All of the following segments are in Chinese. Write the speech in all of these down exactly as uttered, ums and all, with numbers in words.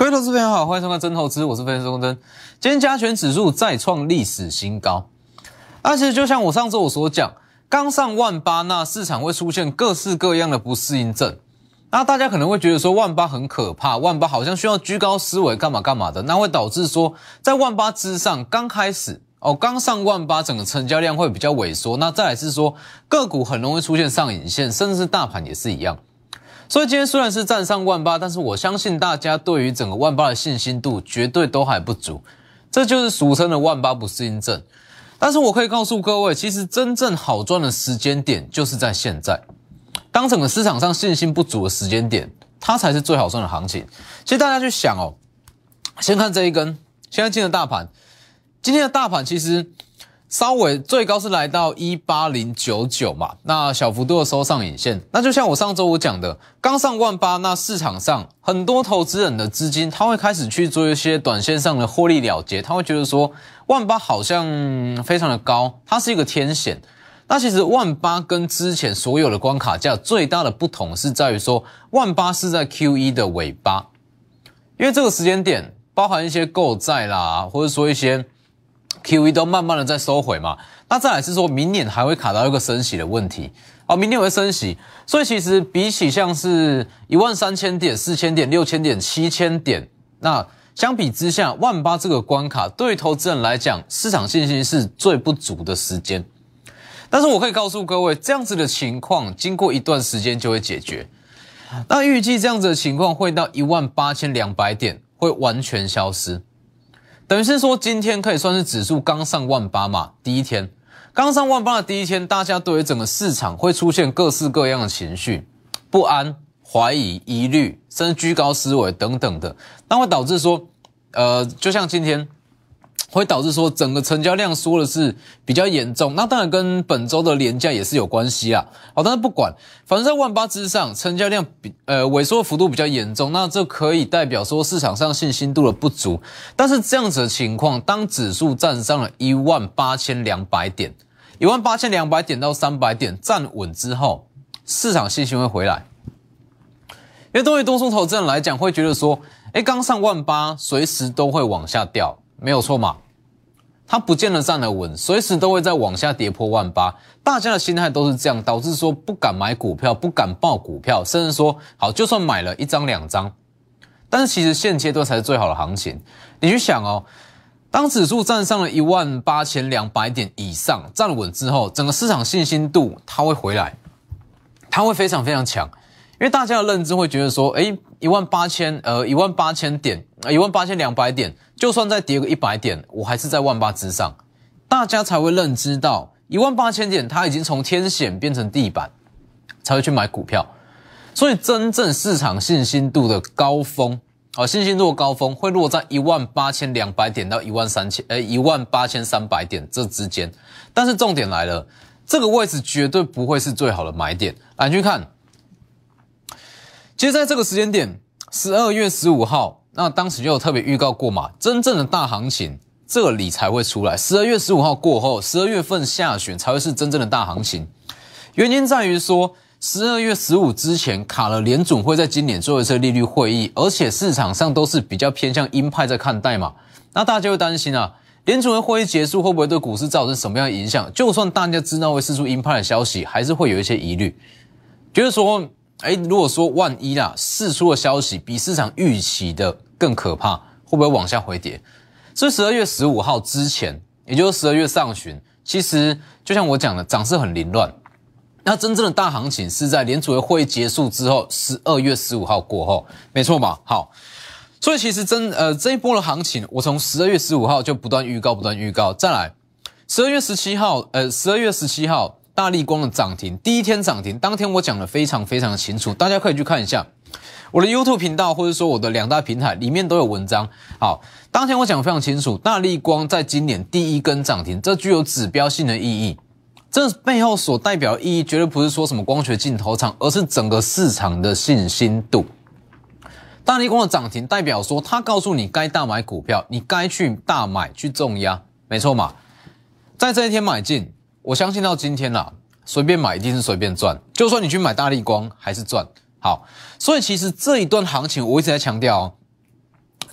各位投资朋友好，欢迎收看真投资，我是分析师钟真。今天加权指数再创历史新高，而且就像我上周我所讲，刚上万八，那市场会出现各式各样的不适应症。那大家可能会觉得说万八很可怕，万八好像需要居高思维干嘛干嘛的，那会导致说在万八之上刚开始哦，刚上万八，整个成交量会比较萎缩。那再来是说个股很容易出现上影线，甚至是大盘也是一样。所以今天虽然是站上万八，但是我相信大家对于整个万八的信心度绝对都还不足，这就是俗称的万八不适应症。但是我可以告诉各位，其实真正好赚的时间点就是在现在，当整个市场上信心不足的时间点，它才是最好赚的行情。其实大家去想哦，先看这一根，现在进的大盘，今天的大盘其实稍微最高是来到一八零九九嘛，那小幅度的收上影线。那就像我上周五讲的，刚上万八，那市场上很多投资人的资金他会开始去做一些短线上的获利了结，他会觉得说万八好像非常的高，它是一个天险。那其实万八跟之前所有的关卡价最大的不同是在于说，万八是在 Q 一 的尾巴，因为这个时间点包含一些购债啦，或者说一些Q E 都慢慢的在收回嘛，那再来是说明年还会卡到一个升息的问题，好，明年会升息，所以其实比起像是一万三千点、四千点、六千点、七千点，那相比之下，万八这个关卡对于投资人来讲，市场信心是最不足的时间。但是我可以告诉各位，这样子的情况经过一段时间就会解决。那预计这样子的情况会到一万八千两百点会完全消失。等于是说，今天可以算是指数刚上万八嘛，第一天，刚上万八的第一天，大家对于整个市场会出现各式各样的情绪，不安、怀疑、疑虑，甚至居高思维等等的，那会导致说，呃，就像今天，会导致说整个成交量缩的是比较严重，那当然跟本周的连假也是有关系啦。好，但是不管，反正在万八之上，成交量比呃萎缩的幅度比较严重，那这可以代表说市场上信心度的不足。但是这样子的情况，当指数站上了一万八千两百点，一万八千两百点到三百点站稳之后，市场信心会回来。因为对于多数投资人来讲，会觉得说，诶，刚上万八，随时都会往下掉。没有错嘛，它不见得站得稳，随时都会再往下跌破万八。大家的心态都是这样，导致说不敢买股票，不敢抱股票，甚至说好就算买了一张两张，但是其实现阶段才是最好的行情。你去想哦，当指数站上了一万八千两百点以上，站稳之后，整个市场信心度它会回来，它会非常非常强。因为大家的认知会觉得说，诶，一万八千呃一万八千点，呃一万八千两百点，就算再跌个一百点，我还是在万八之上，大家才会认知到一万八千点它已经从天险变成地板，才会去买股票。所以真正市场信心度的高峰，呃信心度的高峰会落在一万八千两百点到一万三千呃一万八千三百点这之间。但是重点来了，这个位置绝对不会是最好的买点。来去看。其实在这个时间点，十二月十五号，那当时就有特别预告过嘛，真正的大行情这里才会出来。十二月十五号过后，十二月份下旬才会是真正的大行情。原因在于说，十二月十五之前卡了联准会在今年做一次利率会议，而且市场上都是比较偏向鹰派在看待嘛，那大家就会担心啊，联准会会议结束会不会对股市造成什么样的影响？就算大家知道会释出鹰派的消息，还是会有一些疑虑，觉得说诶，如果说万一啦，释出的消息比市场预期的更可怕，会不会往下回跌？所以十二月十五号之前，也就是十二月上旬，其实就像我讲的，涨势很凌乱。那真正的大行情是在联储会会议结束之后，十二月十五号过后，没错吧？好，所以其实真呃这一波的行情，我从十二月十五号就不断预告，不断预告，再来十二月十七号，呃十二月十七号。大立光的涨停，第一天涨停，当天我讲的非常非常的清楚，大家可以去看一下我的 YouTube 频道，或者说我的两大平台里面都有文章。好，当天我讲得非常清楚，大立光在今年第一根涨停，这具有指标性的意义。这背后所代表的意义，绝对不是说什么光学镜头厂，而是整个市场的信心度。大立光的涨停代表说，它告诉你该大买股票，你该去大买去重压，没错嘛？在这一天买进。我相信到今天啦，随便买一定是随便赚，就算你去买大立光还是赚。好，所以其实这一段行情我一直在强调哦，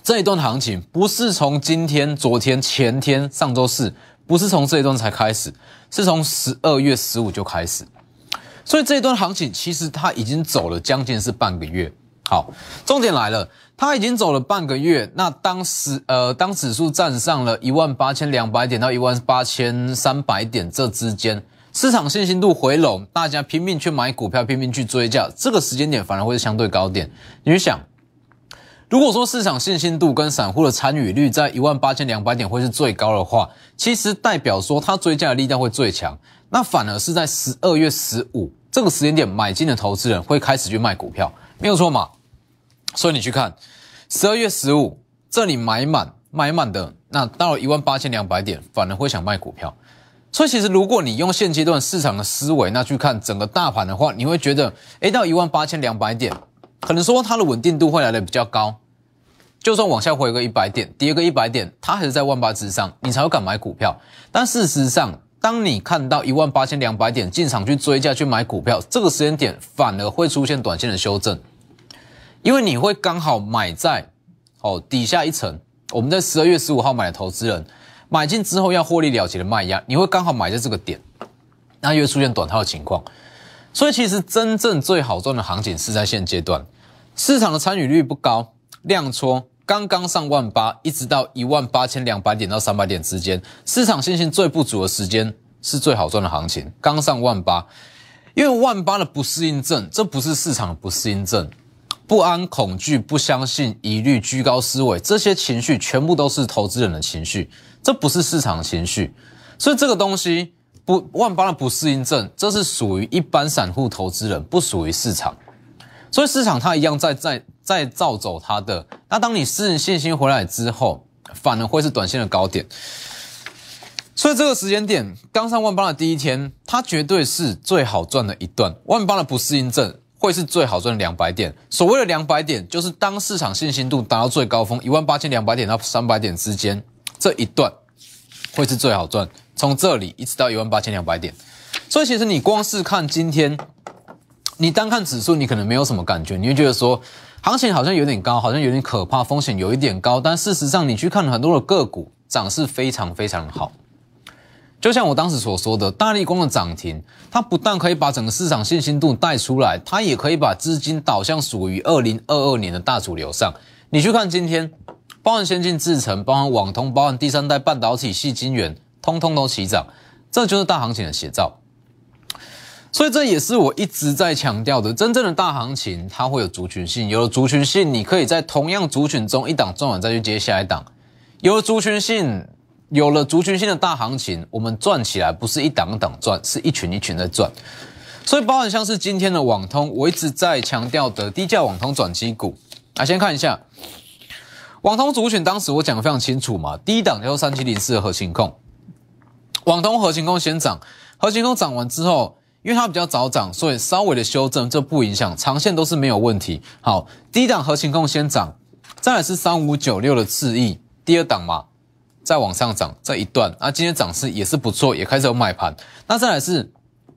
这一段行情不是从今天、昨天、前天、上周四，不是从这一段才开始，是从十二月十五就开始。所以这一段行情其实它已经走了将近是半个月。好，重点来了，它已经走了半个月。那当时呃，当指数站上了一万八千两百点到一万八千三百点这之间，市场信心度回笼，大家拼命去买股票，拼命去追价，这个时间点反而会是相对高点。你去想，如果说市场信心度跟散户的参与率在一万八千两百点会是最高的话，其实代表说它追价的力量会最强。那反而是在十二月十五这个时间点买进的投资人会开始去卖股票，没有错嘛？所以你去看十二月十五这里买满买满的，那到了一万八千两百点反而会想卖股票。所以其实如果你用现阶段市场的思维那去看整个大盘的话，你会觉得诶到一万八千两百点可能说它的稳定度会来得比较高，就算往下回个一百点跌个一百点，它还是在万八之上，你才会敢买股票。但事实上当你看到一万八千两百点进场去追价去买股票，这个时间点反而会出现短线的修正，因为你会刚好买在哦底下一层，我们在十二月十五号买的投资人买进之后要获利了结的卖压，你会刚好买在这个点，那又会出现短套的情况。所以其实真正最好赚的行情是在现阶段，市场的参与率不高，量缩刚刚上万八，一直到一万八千两百点到三百点之间，市场信心最不足的时间是最好赚的行情。刚上万八，因为万八的不适应症，这不是市场的不适应症，不安、恐惧、不相信、疑虑、居高思维，这些情绪全部都是投资人的情绪，这不是市场的情绪。所以这个东西不万八的不适应症，这是属于一般散户投资人，不属于市场。所以市场它一样在在在照走它的，那当你适应信心回来之后，反而会是短线的高点。所以这个时间点刚上万八的第一天，它绝对是最好赚的一段。万八的不适应症会是最好赚的两百点。所谓的两百点，就是当市场信心度达到最高峰一万八千两百点到三百点之间，这一段会是最好赚，从这里一直到一万八千两百点。所以其实你光是看今天，你单看指数，你可能没有什么感觉，你会觉得说行情好像有点高，好像有点可怕，风险有一点高。但事实上，你去看很多的个股，涨势非常非常好。就像我当时所说的，大立光的涨停，它不但可以把整个市场信心度带出来，它也可以把资金导向属于二零二二年的大主流上。你去看今天，包含先进制程，包含网通，包含第三代半导体、矽晶圆，通通都齐涨，这就是大行情的写照。所以这也是我一直在强调的，真正的大行情它会有族群性，有了族群性，你可以在同样族群中一档赚完再去接下一档。有了族群性，有了族群性的大行情，我们赚起来不是一档一档赚，是一群一群在赚。所以包含像是今天的网通，我一直在强调的低价网通转机股。来先看一下网通族群，当时我讲得非常清楚嘛，第一档叫做三七零四的合勤控，网通合勤控先涨，合勤控涨完之后，因为它比较早涨，所以稍微的修正，这不影响，长线都是没有问题。好，第一档合勤控先涨，再来是三五九六的智易，第二档嘛，再往上涨这一段，那今天涨势也是不错，也开始有买盘。那再来是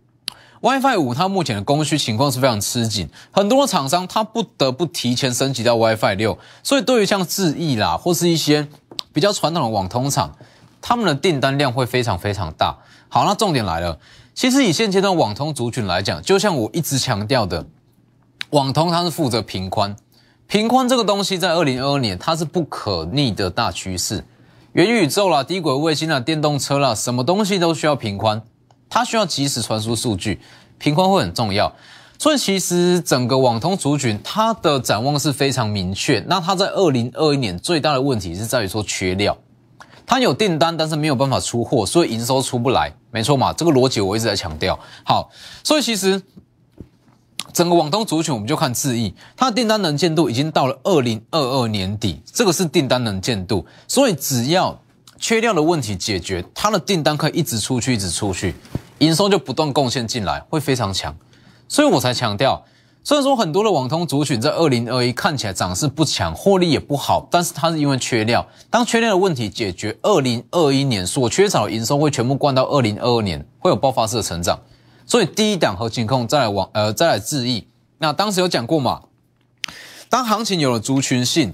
WiFi 五，它目前的供需情况是非常吃紧，很多的厂商它不得不提前升级到 WiFi 六，所以对于像智易啦，或是一些比较传统的网通厂，他们的订单量会非常非常大。好，那重点来了，其实以现阶段网通族群来讲，就像我一直强调的，网通它是负责频宽，频宽这个东西在二零二二年它是不可逆的大趋势，元宇宙啦、低轨卫星啦、电动车啦，什么东西都需要频宽，它需要即时传输数据，频宽会很重要。所以其实整个网通族群它的展望是非常明确，那它在二零二一年最大的问题是在于说缺料，它有订单但是没有办法出货，所以营收出不来，没错嘛，这个逻辑我一直在强调。好，所以其实整个网通族群我们就看智易，它的订单能见度已经到了二零二二年底，这个是订单能见度，所以只要缺料的问题解决，它的订单可以一直出去一直出去，营收就不断贡献进来，会非常强。所以我才强调，虽然说很多的网通族群在二零二一看起来涨势不强，获利也不好，但是它是因为缺料，当缺料的问题解决，二零二一年所缺少的营收会全部灌到二零二二年，会有爆发式的成长。所以第一档合勤控，再来网呃再来智易，那当时有讲过嘛，当行情有了族群性，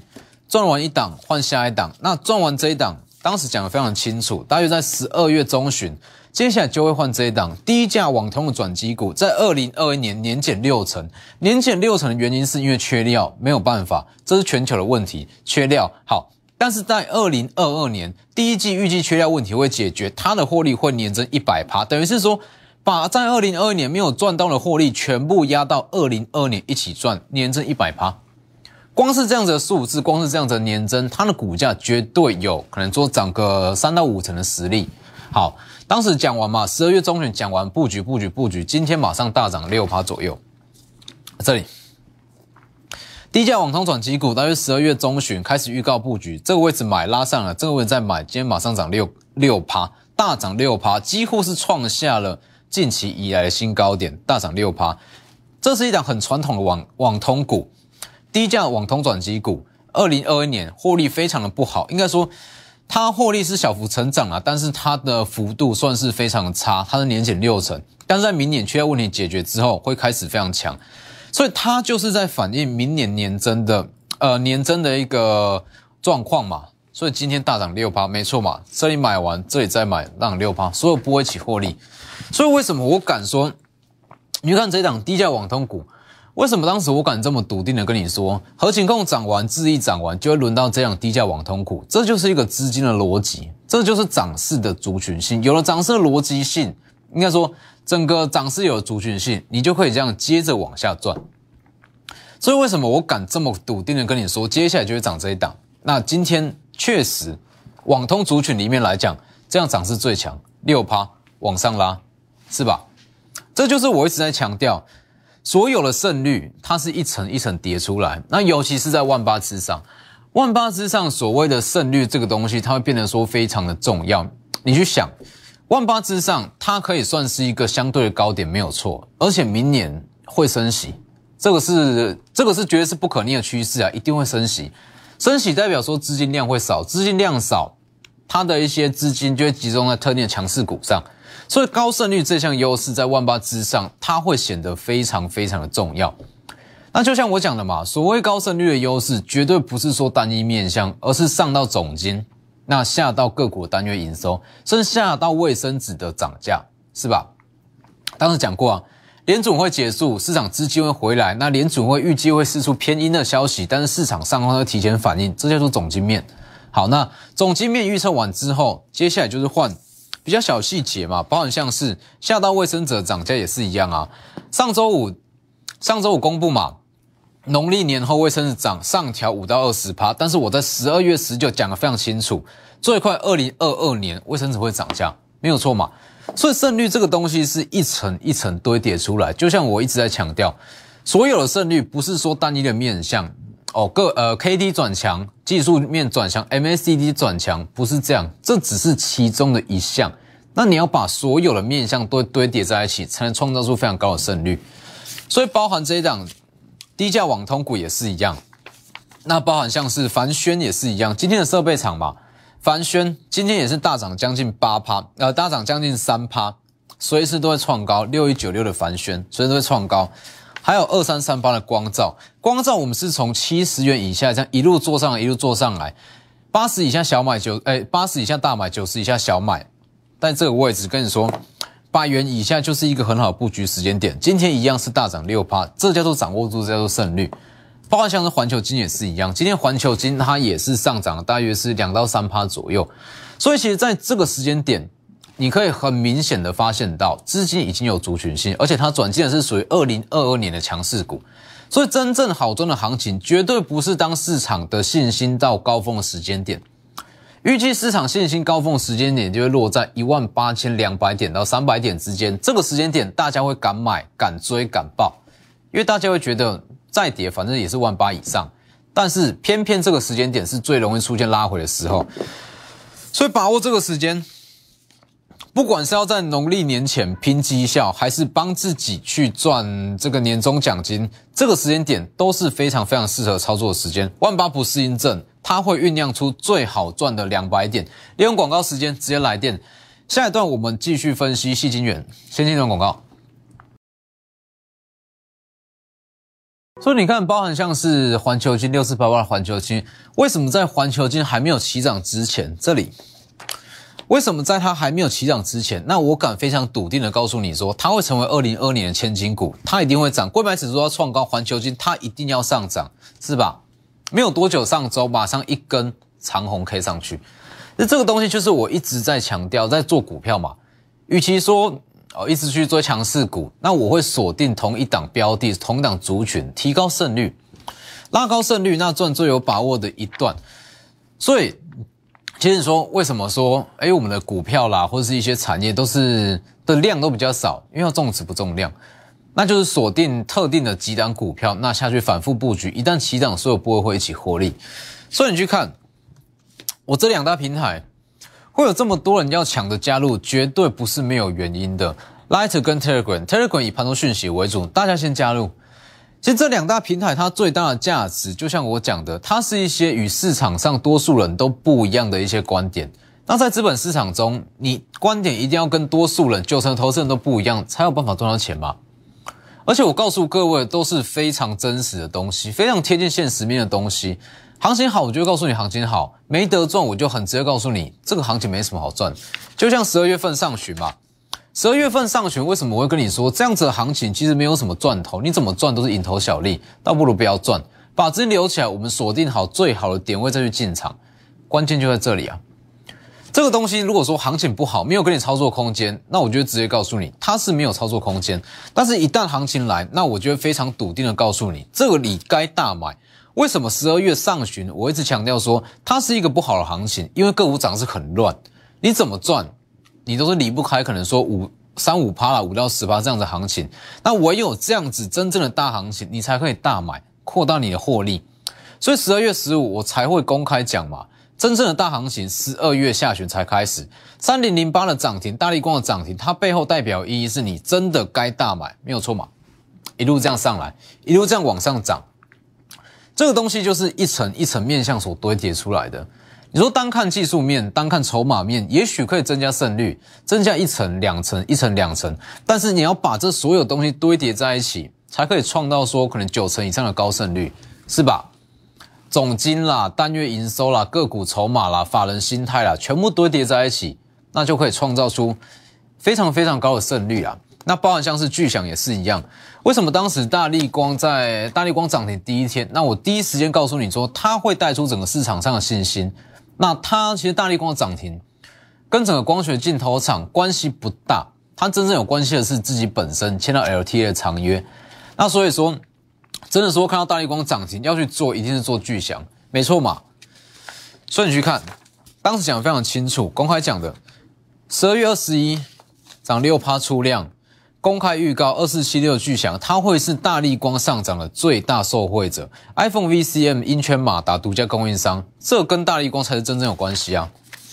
赚完一档换下一档，那赚完这一档，当时讲得非常清楚，大约在十二月中旬，接下来就会换这一档低价网通的转机股，在二零二一年年减六成，年减六成的原因是因为缺料，没有办法，这是全球的问题，缺料好。但是在二零二二年第一季预计缺料问题会解决，它的获利会年增 百分之百， 等于是说把在二零二二年没有赚到的获利全部压到二零二二年一起赚，年增 百分之百。 光是这样子的数字，光是这样子的年增，它的股价绝对有可能说涨个三到五成的实力。好，当时讲完嘛，十二月中旬讲完布局布局布局，今天马上大涨 百分之六 左右。这里低价网通转机股，大约十二月中旬开始预告布局，这个位置买拉上了，这个位置再买，今天马上涨 百分之六， 大涨 百分之六， 几乎是创下了近期以来的新高点，大涨 百分之六。 这是一档很传统的网网通股，低价网通转机股，二零二一年获利非常的不好，应该说它获利是小幅成长啊，但是它的幅度算是非常的差，它是年减六成，但是在明年缺料问题解决之后，会开始非常强。所以它就是在反映明年年增的呃年增的一个状况嘛，所以今天大涨 百分之六， 没错嘛，这里买完这里再买，让 百分之六， 所有不会起获利。所以为什么我敢说，你看这一档低价网通股，为什么当时我敢这么笃定的跟你说，合勤控涨完智易涨完就会轮到这样低价网通股，这就是一个资金的逻辑，这就是涨势的族群性，有了涨势的逻辑性，应该说整个涨势有族群性，你就可以这样接着往下赚。所以为什么我敢这么笃定的跟你说，接下来就会涨这一档？那今天确实，网通族群里面来讲，这样涨势最强， 百分之六 往上拉，是吧？这就是我一直在强调，所有的胜率它是一层一层叠出来，那尤其是在万八之上，万八之上所谓的胜率这个东西，它会变得说非常的重要。你去想，万八之上，它可以算是一个相对的高点，没有错，而且明年会升息。这个是这个是绝对是不可逆的趋势啊，一定会升息。升息代表说资金量会少，资金量少，它的一些资金就会集中在特定的强势股上，所以高胜率这项优势在万八之上，它会显得非常非常的重要。那就像我讲的嘛，所谓高胜率的优势，绝对不是说单一面向，而是上到总金，那下到个股的单月营收，甚至下到卫生纸的涨价，是吧？当时讲过啊。联准会结束，市场资金会回来，那联准会预计会释出偏鹰的消息，但是市场上方会提前反应，这叫做总经面。好，那总经面预测完之后，接下来就是换比较小细节嘛，包含像是下到卫生纸涨价也是一样啊。上周五上周五公布嘛，农历年后卫生纸涨上调 百分之五到二十， 但是我在十二月十九讲得非常清楚，最快二零二二年卫生纸会涨价，没有错嘛。所以胜率这个东西是一层一层堆叠出来，就像我一直在强调，所有的胜率不是说单一的面向哦，各呃 K D 转强，技术面转强 ，M A C D 转强，不是这样，这只是其中的一项。那你要把所有的面向都堆叠在一起，才能创造出非常高的胜率。所以包含这一档低价网通股也是一样，那包含像是凡轩也是一样，今天的设备厂嘛。凡轩今天也是大涨将近 百分之八， 呃，大涨将近 百分之三， 随时都会创高，六一九六的凡轩随时都会创高，还有二三三八的光罩，光罩我们是从七十元以下这样一路做上来，一路做上来，八十以下小买九，哎，八十以下大买，九十以下小买，但这个位置跟你说，百元以下就是一个很好的布局时间点，今天一样是大涨 百分之六， 这叫做掌握住，这叫做胜率。包括像是环球金也是一样，今天环球金它也是上涨了大约是 百分之二到百分之三 左右，所以其实在这个时间点，你可以很明显的发现到资金已经有族群性，而且它转进的是属于二零二二年的强势股，所以真正好赚的行情绝对不是当市场的信心到高峰的时间点，预计市场信心高峰的时间点就会落在一万八千两百点到三百点之间，这个时间点大家会敢买、敢追、敢报，因为大家会觉得再跌反正也是万八以上，但是偏偏这个时间点是最容易出现拉回的时候，所以把握这个时间，不管是要在农历年前拼绩效，还是帮自己去赚这个年终奖金，这个时间点都是非常非常适合操作的时间。万八不适应症，它会酝酿出最好赚的两百点。利用广告时间直接来电。下一段我们继续分析矽晶圆，先进一段广告。 所以你看，包含像是环球金六四八八的环球金，为什么在环球金还没有起涨之前，这里为什么在它还没有起涨之前，那我敢非常笃定的告诉你说，它会成为二零二二年的千金股，它一定会涨。柜买指数要创高，环球金它一定要上涨，是吧？没有多久，上周马上一根长红 K 上去。那这个东西就是我一直在强调，在做股票嘛，与其说哦一直去追强势股，那我会锁定同一档标的、同一档族群，提高胜率，拉高胜率，那赚最有把握的一段。所以，其实说为什么说，哎，我们的股票啦，或者是一些产业都是的量都比较少，因为要重质不重量，那就是锁定特定的几档股票，那下去反复布局，一旦起涨，所有部位会一起获利。所以你去看。我这两大平台会有这么多人要抢着加入，绝对不是没有原因的。Light 跟 Telegram，Telegram 以盘中讯息为主，大家先加入。其实这两大平台它最大的价值，就像我讲的，它是一些与市场上多数人都不一样的一些观点。那在资本市场中，你观点一定要跟多数人、九成投资人都不一样，才有办法赚到钱嘛。而且我告诉各位，都是非常真实的东西，非常贴近现实面的东西。行情好，我就会告诉你行情好；没得赚，我就很直接告诉你，这个行情没什么好赚。就像十二月份上旬嘛，十二月份上旬为什么我会跟你说，这样子的行情其实没有什么赚头，你怎么赚都是蝇头小利，倒不如不要赚，把资金留起来，我们锁定好最好的点位再去进场，关键就在这里啊。这个东西如果说行情不好，没有给你操作空间，那我就会直接告诉你，它是没有操作空间。但是一旦行情来，那我就会非常笃定的告诉你，这个你该大买。为什么十二月上旬我一直强调说它是一个不好的行情？因为个股涨势很乱，你怎么赚，你都是离不开可能说五三五趴啦，五到十趴这样的行情。那唯有这样子真正的大行情，你才可以大买，扩大你的获利。所以十二月十五我才会公开讲嘛，真正的大行情十二月下旬才开始。三零零八的涨停，大立光的涨停，它背后代表意义是你真的该大买，没有错嘛？一路这样上来，一路这样往上涨。这个东西就是一层一层面向所堆叠出来的。你说单看技术面，单看筹码面，也许可以增加胜率，增加一层、两层、一层、两层，但是你要把这所有东西堆叠在一起，才可以创造说可能九成以上的高胜率，是吧？总金啦、单月营收啦、个股筹码啦、法人心态啦，全部堆叠在一起，那就可以创造出非常非常高的胜率啦。那包含像是巨响也是一样，为什么当时大立光在大立光涨停第一天，那我第一时间告诉你说它会带出整个市场上的信心。那它其实大立光的涨停跟整个光学镜头厂关系不大，它真正有关系的是自己本身签到 L T A 的长约。那所以说真的说看到大立光涨停要去做，一定是做巨响，没错嘛。所以你去看，当时讲得非常清楚，公开讲的十二月二十一涨 百分之六 出量，公开预告二四七六巨响，它会是大立光上涨的最大受惠者。iPhone V C M 音圈马达独家供应商，这跟大立光才是真正有关系啊。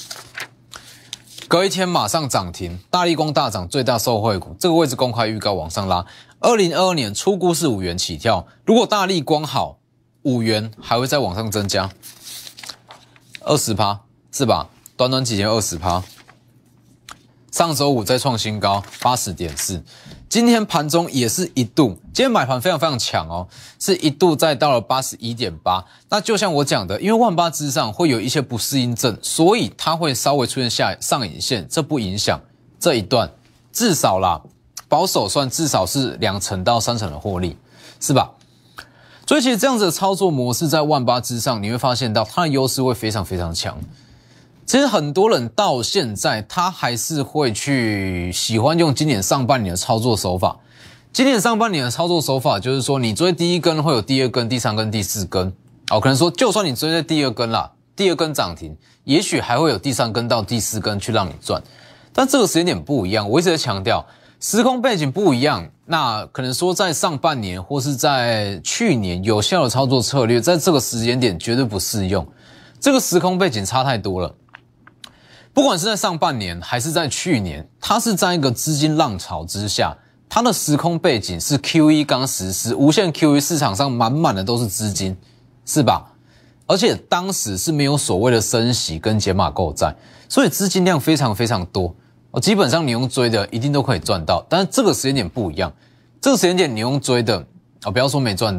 隔一天马上涨停，大立光大涨，最大受惠股，这个位置公开预告往上拉。二零二二年初估是五元起跳，如果大立光好，五元还会再往上增加 百分之二十 是吧？短短几天 百分之二十。上周五再创新高 八十点四， 今天盘中也是一度，今天买盘非常非常强哦，是一度再到了 八十一点八。 那就像我讲的，因为万八之上会有一些不适应症，所以它会稍微出现下上影线，这不影响这一段，至少啦保守算至少是两成到三成的获利，是吧？所以其实这样子的操作模式在万八之上，你会发现到它的优势会非常非常强。其实很多人到现在他还是会去喜欢用今年上半年的操作手法。今年上半年的操作手法就是说，你追第一根会有第二根、第三根、第四根。哦，可能说就算你追在第二根啦，第二根涨停，也许还会有第三根到第四根去让你赚。但这个时间点不一样，我一直在强调，时空背景不一样。那可能说在上半年或是在去年有效的操作策略，在这个时间点绝对不适用。这个时空背景差太多了。不管是在上半年还是在去年，它是在一个资金浪潮之下，它的时空背景是 Q E 刚实施，无限 Q E 市场上满满的都是资金，是吧？而且当时是没有所谓的升息跟解码购债，所以资金量非常非常多，基本上你用追的一定都可以赚到。但是这个时间点不一样，这个时间点你用追的，不要说没赚到，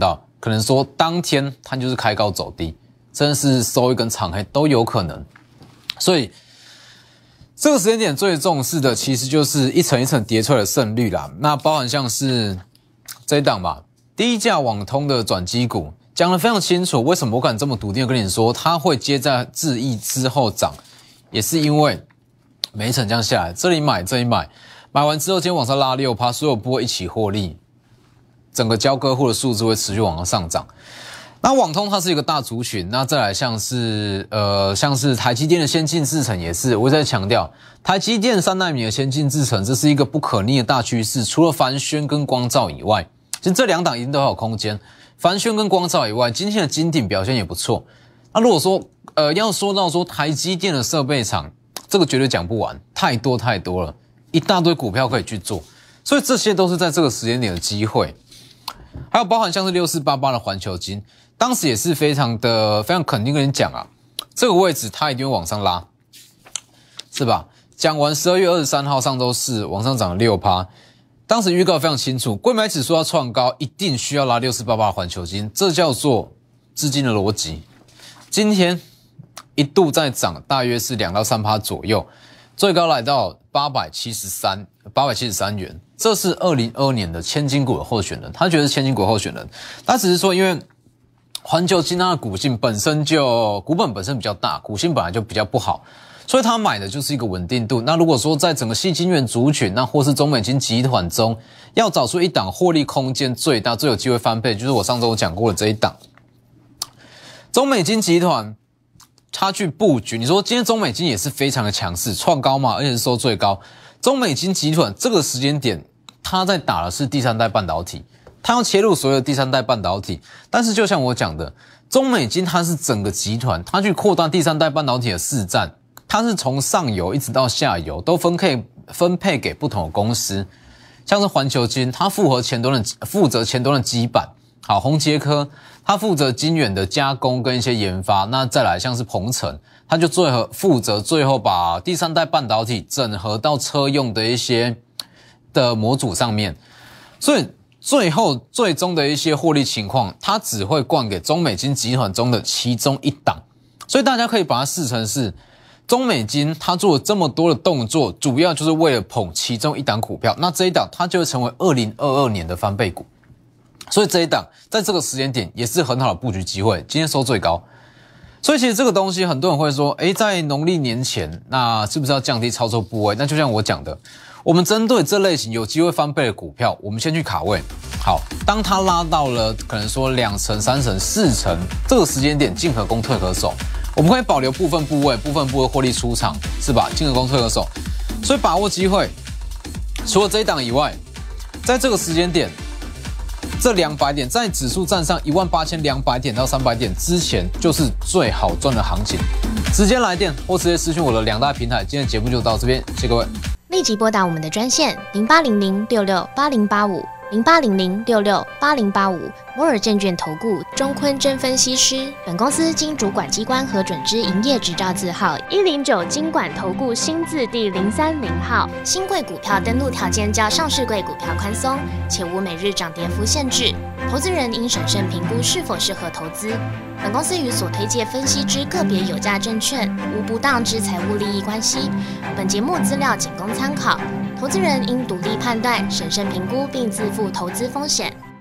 可能说当天它就是开高走低，甚至是收一根长黑都有可能。所以这个时间点最重视的其实就是一层一层叠出来的胜率啦。那包含像是这一档嘛，低价网通的转机股，讲得非常清楚。为什么我敢这么笃定的跟你说，它会接在智易之后涨，也是因为每一层这样下来，这里买这里买，买完之后今天往上拉 百分之六， 所有波一起获利，整个交割户的数字会持续往上涨。那网通它是一个大族群，那再来像是呃像是台积电的先进制程也是，我在强调台积电三奈米的先进制程，这是一个不可逆的大趋势。除了凡轩跟光罩以外，其实这两档一定都有空间。凡轩跟光罩以外，今天的金鼎表现也不错。那如果说呃要说到说台积电的设备厂，这个绝对讲不完，太多太多了，一大堆股票可以去做，所以这些都是在这个时间点的机会。还有包含像是六四八八的环球金，当时也是非常的非常肯定跟你讲啊，这个位置它一定会往上拉，是吧？讲完十二月二十三号上周四往上涨了 百分之六， 当时预告非常清楚，柜买指数要创高一定需要拉六四八八的环球金，这叫做资金的逻辑。今天一度在涨大约是 百分之二到三 左右，最高来到八百七十三元，这是二零二二年的千金股的候选人，他觉得是千金股的候选人，他只是说因为环球金它的股性本身就股本本身比较大，股性本来就比较不好，所以他买的就是一个稳定度。那如果说在整个矽晶圆族群，那或是中美金集团中，要找出一档获利空间最大、最有机会翻倍，就是我上周讲过的这一档中美金集团。他去布局，你说今天中美金也是非常的强势，创高嘛，而且是收最高。中美金集团这个时间点，他在打的是第三代半导体，他要切入所有的第三代半导体。但是就像我讲的，中美金它是整个集团，它去扩大第三代半导体的市占，它是从上游一直到下游都分配分配给不同的公司，像是环球金，它负责前端的负责前端的基板。好，宏捷科它负责晶圆的加工跟一些研发，那再来像是鹏程，它就最后负责最后把第三代半导体整合到车用的一些的模组上面，所以最后最终的一些获利情况，它只会灌给中美金集团中的其中一档，所以大家可以把它视成是中美金它做了这么多的动作，主要就是为了捧其中一档股票，那这一档它就会成为二零二二年的翻倍股。所以这一档在这个时间点也是很好的布局机会，今天收最高。所以其实这个东西很多人会说，诶，在农历年前，那是不是要降低操作部位？那就像我讲的，我们针对这类型有机会翻倍的股票，我们先去卡位。好，当它拉到了可能说两成、三成、四成这个时间点，进可攻退可守，我们会保留部分部位，部分部位获利出场，是吧？进可攻退可守，所以把握机会。除了这一档以外，在这个时间点。这两百点在指数站上一万八千两百点到三百点之前，就是最好赚的行情。直接来电或直接私讯我的两大平台。今天的节目就到这边，谢谢各位。 立即拨打我们的专线零八零零六六八零八五零八零零六六八零八五摩尔证券投顾钟坤真分析师。本公司经主管机关核准之营业执照字号一零九金管投顾新字第零三零号。新贵股票登录条件较上市贵股票宽松，且无每日涨跌幅限制。投资人应审慎评估是否适合投资。本公司与所推介分析之个别有价证券无不当之财务利益关系。本节目资料仅供参考，投资人应独立判断、审慎评估并自负投资风险。